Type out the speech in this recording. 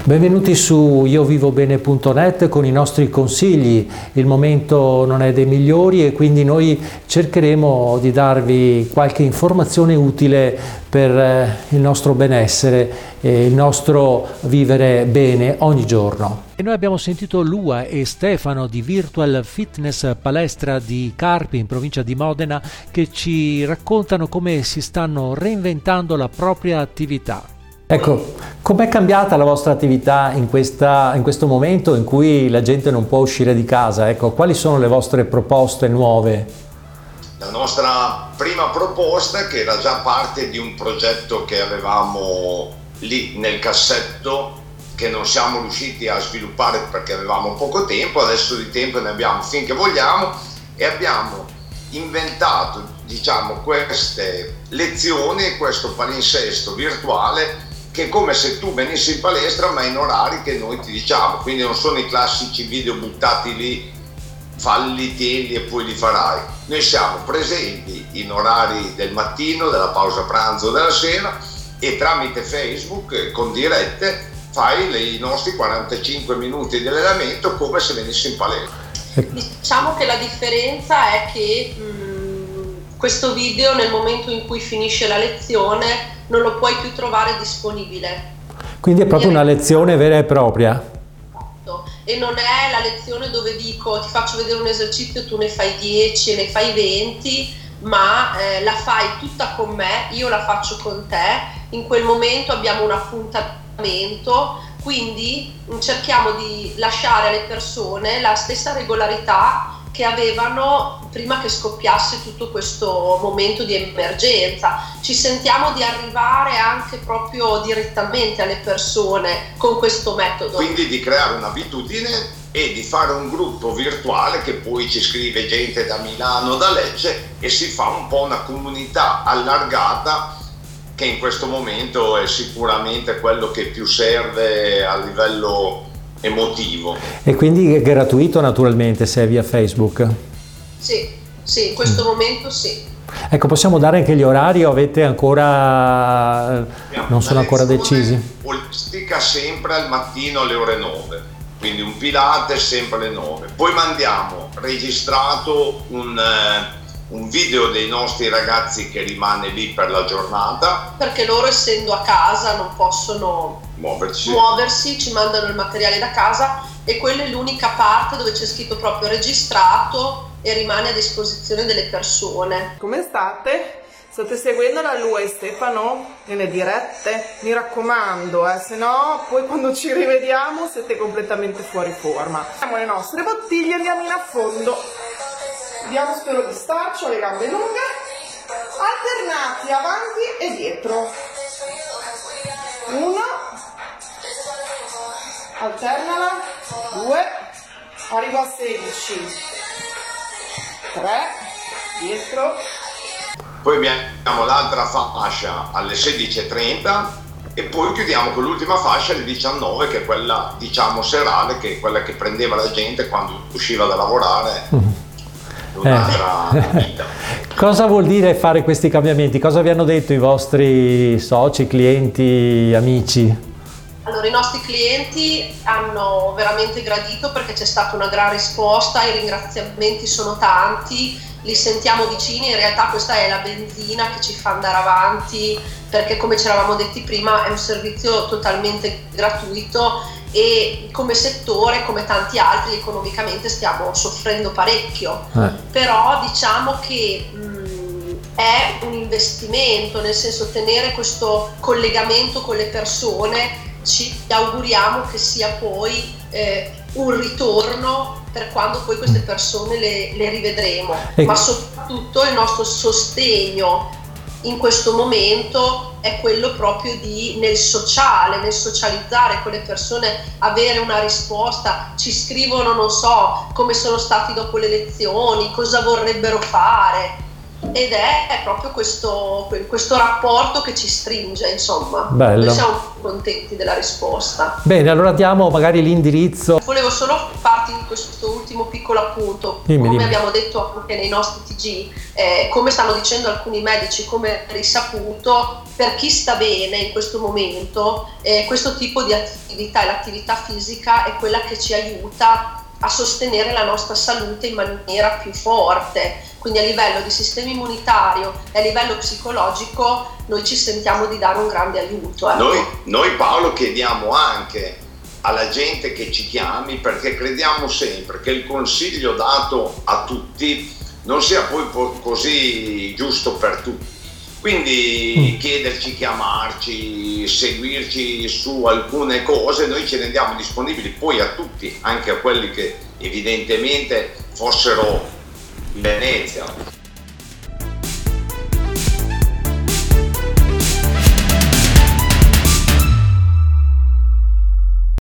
Benvenuti su iovivobene.net con i nostri consigli. Il momento non è dei migliori e quindi noi cercheremo di darvi qualche informazione utile per il nostro benessere e il nostro vivere bene ogni giorno. E noi abbiamo sentito Lua e Stefano di Virtual Fitness Palestra di Carpi in provincia di Modena che ci raccontano come si stanno reinventando la propria attività. Ecco, com'è cambiata la vostra attività in questo momento in cui la gente non può uscire di casa? Ecco, quali sono le vostre proposte nuove? La nostra prima proposta, che era già parte di un progetto che avevamo lì nel cassetto, che non siamo riusciti a sviluppare perché avevamo poco tempo, adesso di tempo ne abbiamo finché vogliamo, e abbiamo inventato, diciamo, queste lezioni, questo palinsesto virtuale, che è come se tu venissi in palestra ma in orari che noi ti diciamo, quindi non sono i classici video buttati lì, falli, tieni e poi li farai. Noi siamo presenti in orari del mattino, della pausa pranzo, della sera, e tramite Facebook con dirette fai i nostri 45 minuti di allenamento come se venissi in palestra. Diciamo che la differenza è che questo video, nel momento in cui finisce la lezione, non lo puoi più trovare disponibile. Quindi è proprio una lezione vera e propria. E non è la lezione dove dico ti faccio vedere un esercizio, tu ne fai 10, ne fai 20, ma la fai tutta con me, io la faccio con te, in quel momento abbiamo un appuntamento, quindi cerchiamo di lasciare alle persone la stessa regolarità che avevano prima che scoppiasse tutto questo momento di emergenza. Ci sentiamo di arrivare anche proprio direttamente alle persone con questo metodo. Quindi di creare un'abitudine e di fare un gruppo virtuale che poi ci scrive gente da Milano, da Lecce, e si fa un po' una comunità allargata, che in questo momento è sicuramente quello che più serve a livello emotivo. E quindi è gratuito naturalmente se è via Facebook? Sì, in questo momento sì. Ecco, possiamo dare anche gli orari o avete ancora, non sono ancora decisi? Olistica sempre al mattino alle ore 9, quindi un Pilates sempre alle 9. Poi mandiamo registrato un video dei nostri ragazzi che rimane lì per la giornata. Perché loro, essendo a casa, non possono muoversi, ci mandano il materiale da casa, e quella è l'unica parte dove c'è scritto proprio registrato e rimane a disposizione delle persone. Come state? State seguendo la Lua e Stefano nelle dirette? Mi raccomando, se no poi quando ci rivediamo siete completamente fuori forma. Abbiamo le nostre bottiglie, andiamo in affondo. Diamo spero di starci, ho le gambe lunghe, alternati avanti e dietro. 1, alternala, 2, arrivo a 16, 3, dietro. Poi abbiamo l'altra fascia alle 16:30 e poi chiudiamo con l'ultima fascia alle 19, che è quella, diciamo, serale, che è quella che prendeva la gente quando usciva da lavorare. Cosa vuol dire fare questi cambiamenti? Cosa vi hanno detto i vostri soci, clienti, amici? Allora, i nostri clienti hanno veramente gradito perché c'è stata una gran risposta, i ringraziamenti sono tanti, li sentiamo vicini. In realtà questa è la benzina che ci fa andare avanti, perché, come ci eravamo detti prima, è un servizio totalmente gratuito e come settore, come tanti altri, economicamente stiamo soffrendo parecchio. Però diciamo che è un investimento, nel senso, tenere questo collegamento con le persone, ci auguriamo che sia poi un ritorno per quando poi queste persone le rivedremo, ma soprattutto il nostro sostegno in questo momento è quello proprio nel sociale, nel socializzare con le persone, avere una risposta. Ci scrivono, non so, come sono stati dopo le lezioni, cosa vorrebbero fare. ed è proprio questo rapporto che ci stringe, insomma. Bello. Noi siamo contenti della risposta. Bene, allora diamo magari l'indirizzo. Volevo solo farti questo ultimo piccolo appunto. Come abbiamo detto anche nei nostri TG, come stanno dicendo alcuni medici, come risaputo, per chi sta bene in questo momento, questo tipo di attività e l'attività fisica è quella che ci aiuta a sostenere la nostra salute in maniera più forte. Quindi a livello di sistema immunitario e a livello psicologico noi ci sentiamo di dare un grande aiuto. Noi Paolo chiediamo anche alla gente che ci chiami, perché crediamo sempre che il consiglio dato a tutti non sia poi così giusto per tutti. Quindi chiederci, chiamarci, seguirci su alcune cose, noi ci rendiamo disponibili poi a tutti, anche a quelli che evidentemente fossero in Venezia